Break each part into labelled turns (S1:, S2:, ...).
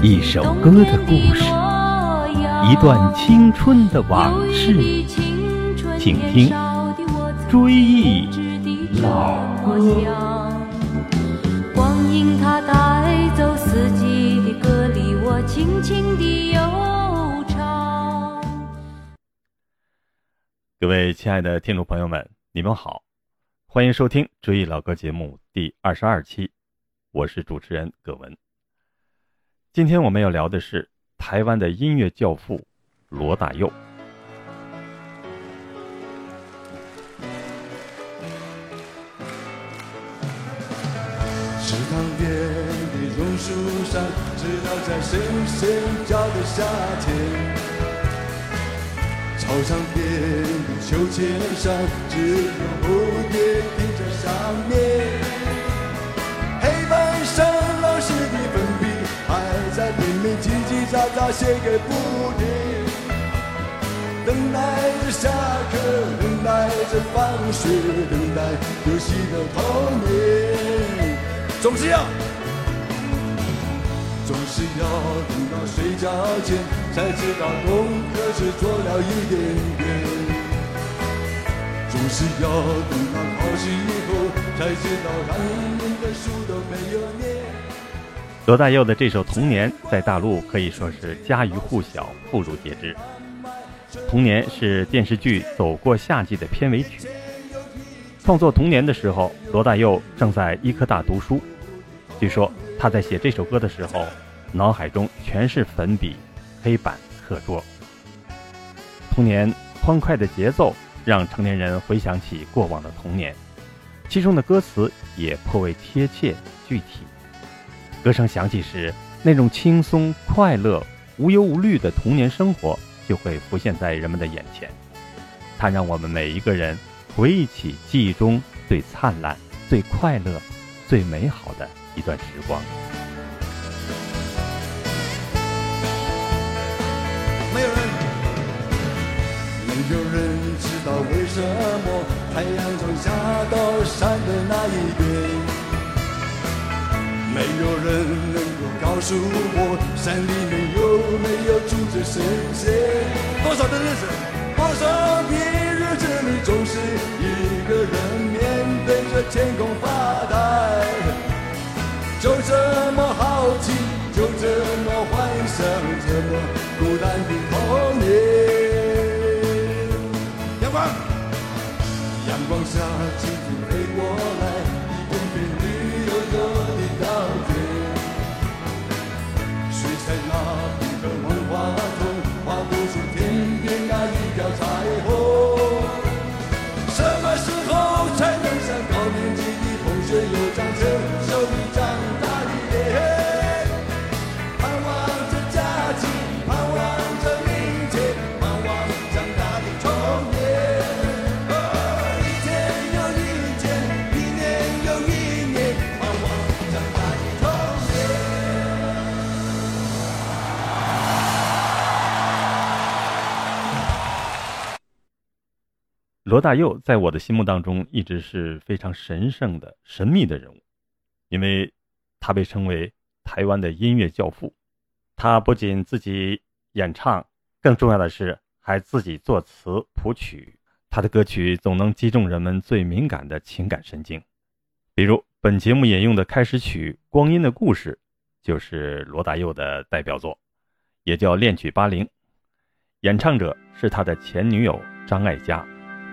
S1: 一首歌的故事，一段青春的往事，请听追忆老歌。
S2: 光阴它带走四季的歌里，我轻轻地悠唱。
S1: 各位亲爱的听众朋友们，你们好，欢迎收听追忆老歌节目第22期，我是主持人葛文。今天我们要聊的是台湾的音乐教父罗大佑。
S3: 池塘边的榕树上，知道在深深叫的夏天；操场边的秋千上，只有蝴蝶停在上面。黑板上老师的粉笔还在拼命叽叽喳喳写个不停，等待着下课，等待着放学，等待游戏的童年。总是要等到睡觉前，才知道功课只做了一点点。总是要等到考试以后，才知道看的书都没有念。
S1: 罗大佑的这首《童年》在大陆可以说是家喻户晓，妇孺皆知。《童年》是电视剧《走过夏季》的片尾曲。创作《童年》的时候，罗大佑正在医科大读书。据说他在写这首歌的时候，脑海中全是粉笔、黑板、课桌。《童年》欢快的节奏让成年人回想起过往的童年，其中的歌词也颇为贴切具体。歌声响起时，那种轻松快乐、无忧无虑的童年生活就会浮现在人们的眼前。它让我们每一个人回忆起记忆中最灿烂、最快乐、最美好的一段时光。
S3: 没有人知道为什么太阳从下到山的那一边，没有人能够告诉我山里面有没有住着神仙。多少的日子，多少天日子里，总是一个人面对着天空发呆，就这么好奇，就这么幻想，这么孤单的童年。阳光下轻轻飞过来，一片片绿油油的稻田，水彩那片的万花筒，画不出天边那一条彩虹。什么时候才能像高年级的同学有张成熟的长大的脸？盼望着假期，盼望着明天，盼望长大的童年。
S1: 罗大佑在我的心目当中一直是非常神圣的、神秘的人物，因为他被称为台湾的音乐教父。他不仅自己演唱，更重要的是还自己作词谱曲。他的歌曲总能击中人们最敏感的情感神经。比如本节目引用的开始曲《光阴的故事》就是罗大佑的代表作，也叫恋曲80，演唱者是他的前女友张艾嘉。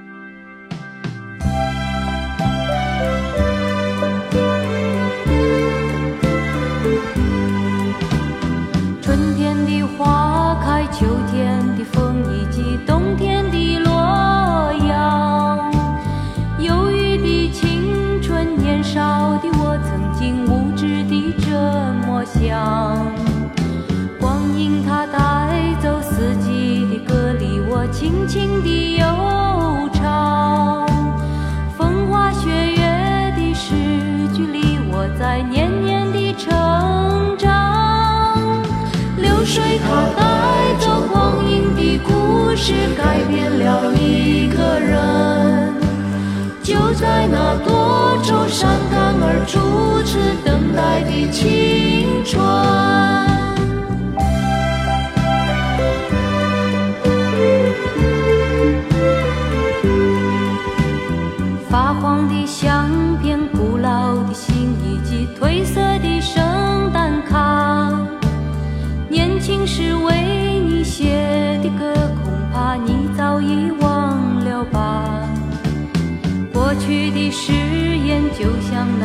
S2: 春天的花开，秋天的风以及冬天的洛阳，忧郁的青春，年少的我曾经无知地这么想。光阴它带走四季的歌里，我轻轻地悠唱。风花雪月的诗句里，我在年年地成长。流水它带走光阴的故事，改变了一个人。就在那多愁善感而初次等待的青春。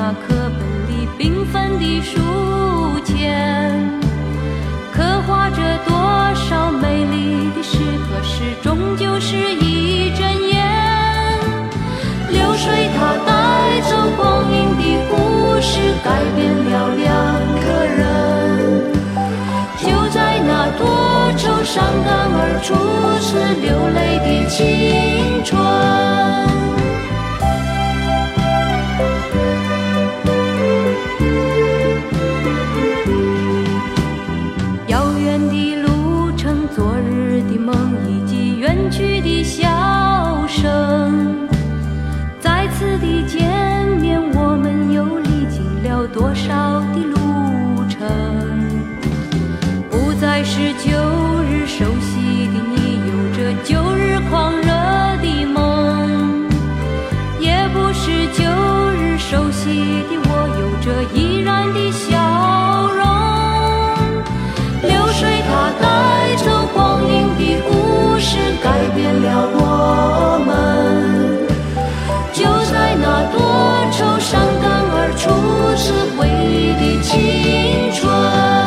S2: 那课本里缤纷的书签，刻画着多少美丽的诗和诗，终究是一阵烟。流水它带走光阴的故事，改变了两个人。就在那多愁善感而初次流泪的青春。远去的笑声，再次的见面，我们又历经了多少的路程？不再是旧日熟悉的你，有着旧日狂热的梦，也不是旧日熟悉的我，有着依然的笑容。流水它带走光阴的故事，改变了我们。就在那多愁善感而初次回忆的青春。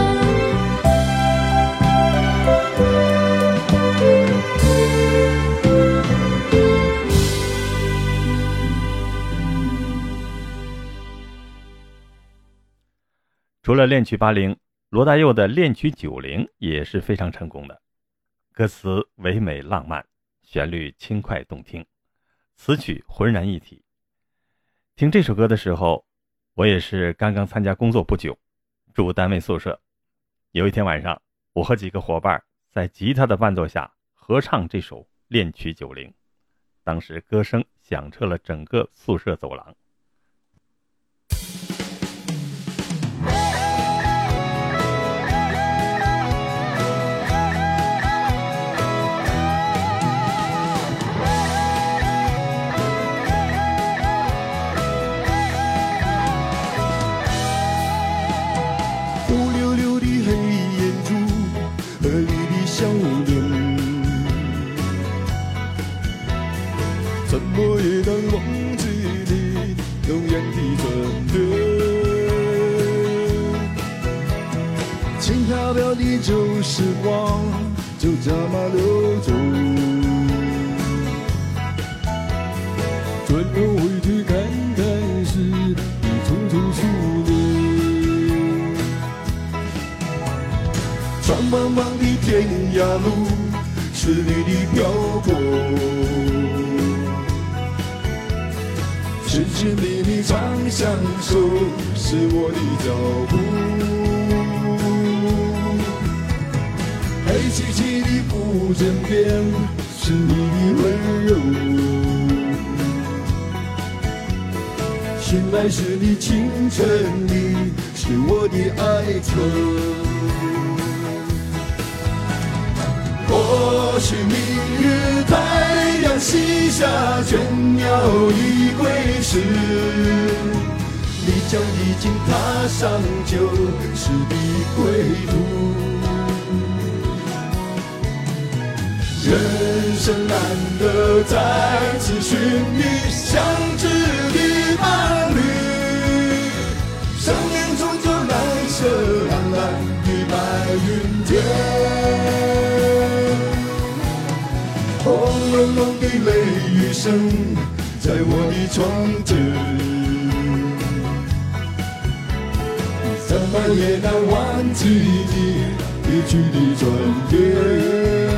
S1: 除了恋曲80，罗大佑的恋曲90也是非常成功的。歌词唯美浪漫，旋律轻快动听，词曲浑然一体。听这首歌的时候，我也是刚刚参加工作不久，住单位宿舍。有一天晚上，我和几个伙伴在吉他的伴奏下合唱这首恋曲90，当时歌声响彻了整个宿舍走廊。
S3: 怎么也能忘记你永远的尊严，轻飘飘的旧时光就这么流走，转头回去看看时，已匆匆数年。苍茫茫的天涯路，是你的漂泊，寻寻觅觅长相守，是我的脚步。黑漆漆的布枕边，是你的温柔。醒来时的清晨里，是我的哀愁。或许明日太阳西下，倦鸟已归时，你将已经踏上旧时的归途。人生难得再次寻觅相知的伴侣，生命终究难舍蓝蓝的白云天。轰隆隆的雷雨声在我的窗前，怎么也难忘记你离去的转变。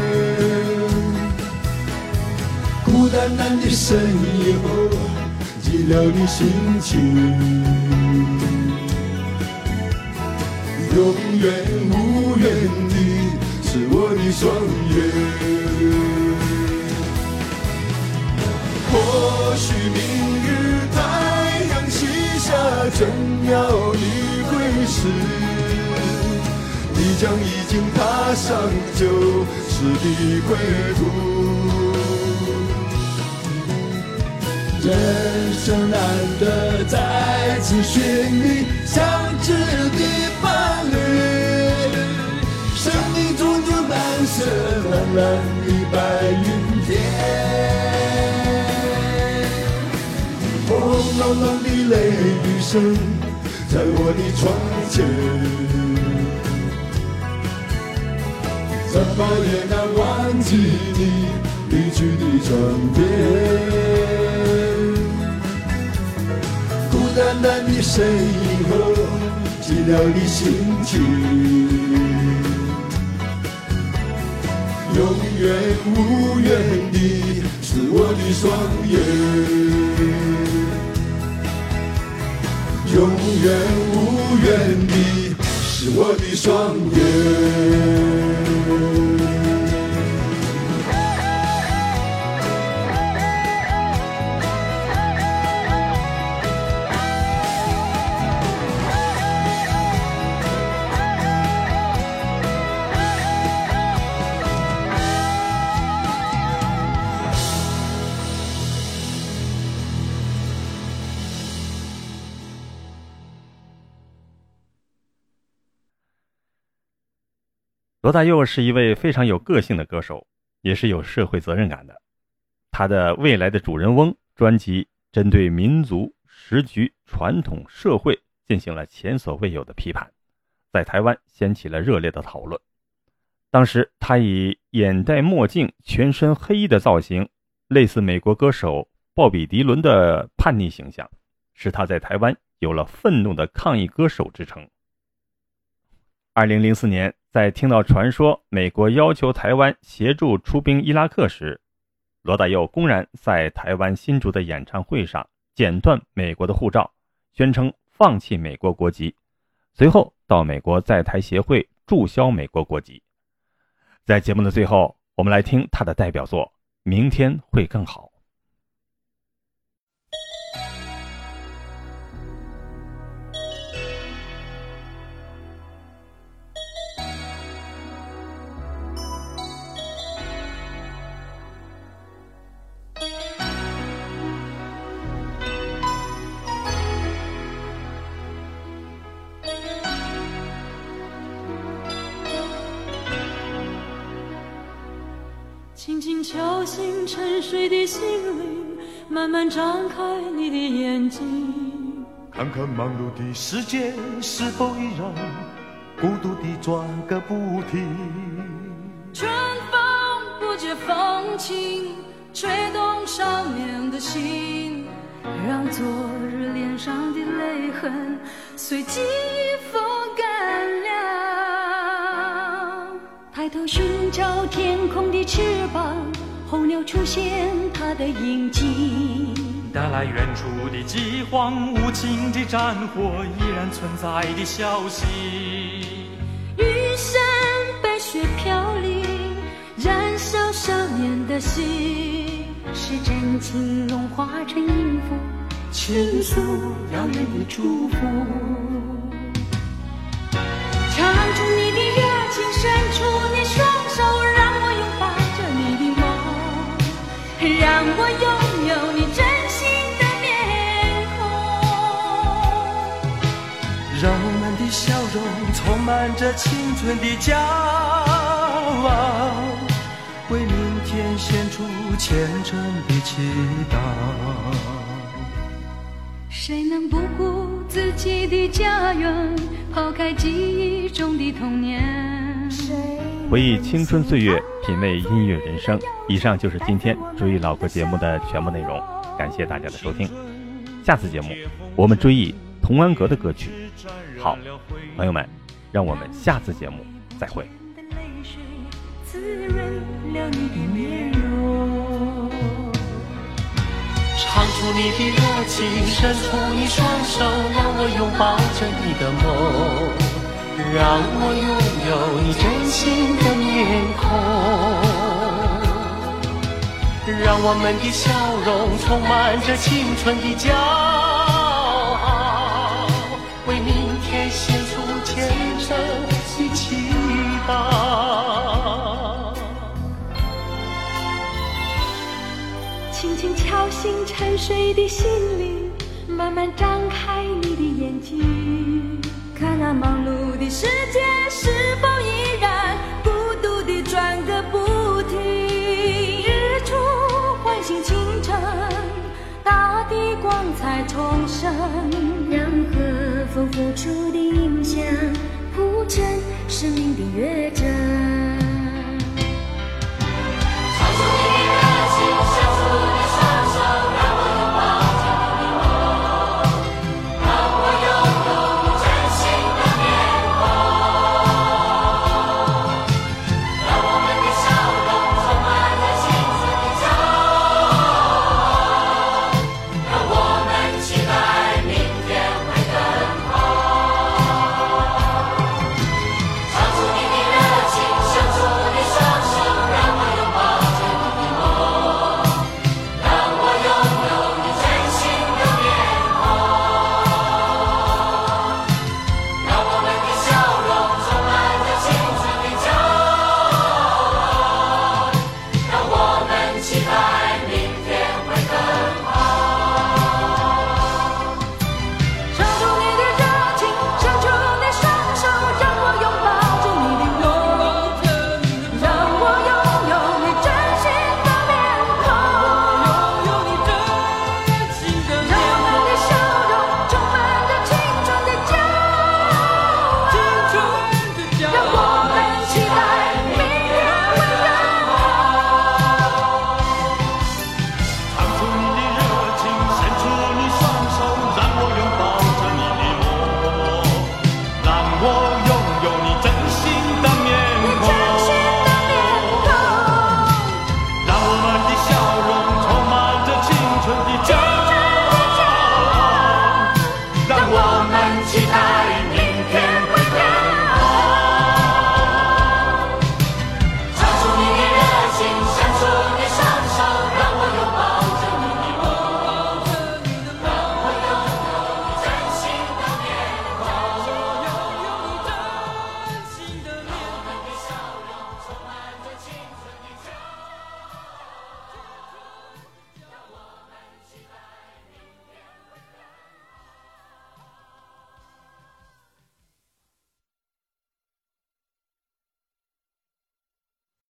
S3: 孤单单的身影后，寂寥的心情，永远无缘的是我的双眼。或许明日太阳西下，倦鸟已归时，你将已经踏上旧时的归途。人生难得再次寻觅相知的伴侣，生命终究难舍蓝蓝的白云天。 朗朗的雷雨声在我的窗前，怎么也难忘记你离去的转变。孤单单的身影和寂寥的心情，永远无缘的是我的双眼。永远无缘的是我的双眼。
S1: 罗大佑是一位非常有个性的歌手，也是有社会责任感的。他的《未来的主人翁》专辑针对民族、时局、传统、社会进行了前所未有的批判，在台湾掀起了热烈的讨论。当时他以眼戴墨镜、全身黑衣的造型，类似美国歌手鲍比·迪伦的叛逆形象，使他在台湾有了愤怒的抗议歌手之称。2004年，在听到传说美国要求台湾协助出兵伊拉克时，罗大佑公然在台湾新竹的演唱会上剪断美国的护照，宣称放弃美国国籍，随后到美国在台协会注销美国国籍。在节目的最后，我们来听他的代表作《明天会更好》。
S2: 轻轻敲醒沉睡的心灵，慢慢张开你的眼睛，
S4: 看看忙碌的世界是否依然孤独地转个不停。
S2: 春风不解风情，吹动少年的心，让昨日脸上的泪痕随季风干了。抬头寻找天空的翅膀，候鸟出现它的影迹，
S5: 带来远处的饥荒，无情的战火依然存在的消息。
S2: 玉山白雪飘零，燃烧少年的心，是真情融化成音符，倾诉遥远的祝福。唱出你的热情，伸出你双手，让我拥抱着你的梦，让我拥有你真心的面孔，
S4: 让我们的笑容充满着青春的骄傲，为明天献出虔诚的祈祷。
S2: 谁能不顾自己的家园，抛开记忆中的童年？
S1: 回忆青春岁月，品味音乐人生。以上就是今天追忆老歌节目的全部内容，感谢大家的收听。下次节目我们追忆童安格的歌曲。好，朋友们，让我们下次节目再会。
S2: 滋润了你的面容，
S4: 唱出你的热情，伸出你双手，让我拥抱着你的梦，让我拥有你真心的面孔，让我们的笑容充满着青春的骄傲，为明天献出虔诚的祈祷。
S2: 轻轻敲醒沉睡的心灵，慢慢张开你的眼睛，看那忙碌的世界是否依然孤独地转个不停。日出唤醒清晨，大地光彩重生，
S6: 让和风付出的影响铺成生命的乐章。